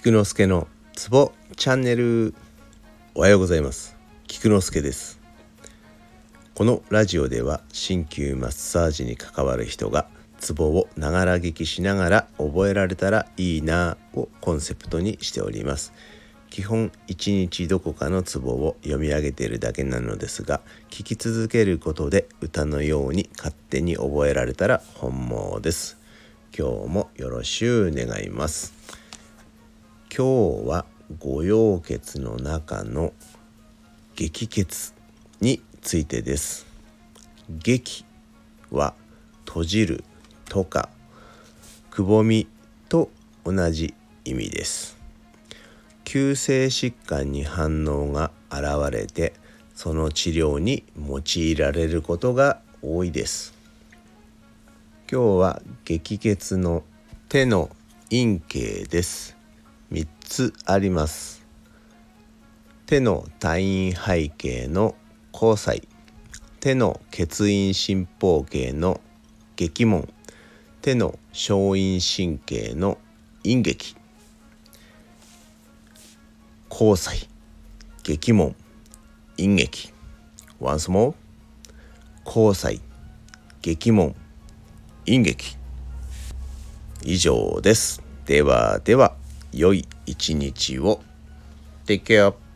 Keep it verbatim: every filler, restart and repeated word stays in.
菊之助のツボチャンネル。おはようございます。菊之助です。このラジオでは鍼灸マッサージに関わる人がツボをながら聞きしながら覚えられたらいいなをコンセプトにしております。基本一日どこかのツボを読み上げているだけなのですが、聞き続けることで歌のように勝手に覚えられたら本望です。今日もよろしゅう願います。今日は五陽血の中の激血についてです。激は閉じるとかくぼみと同じ意味です。急性疾患に反応が現れて、その治療に用いられることが多いです。今日は激血の手の陰茎です。みっつあります。手の太陰背景の虹彩、手の血陰心包茎の激門、手の小陰神経の陰激。虹彩、激門、陰激。Once more。虹彩、激門、陰激。以上です。ではでは、良い一日を。Take care。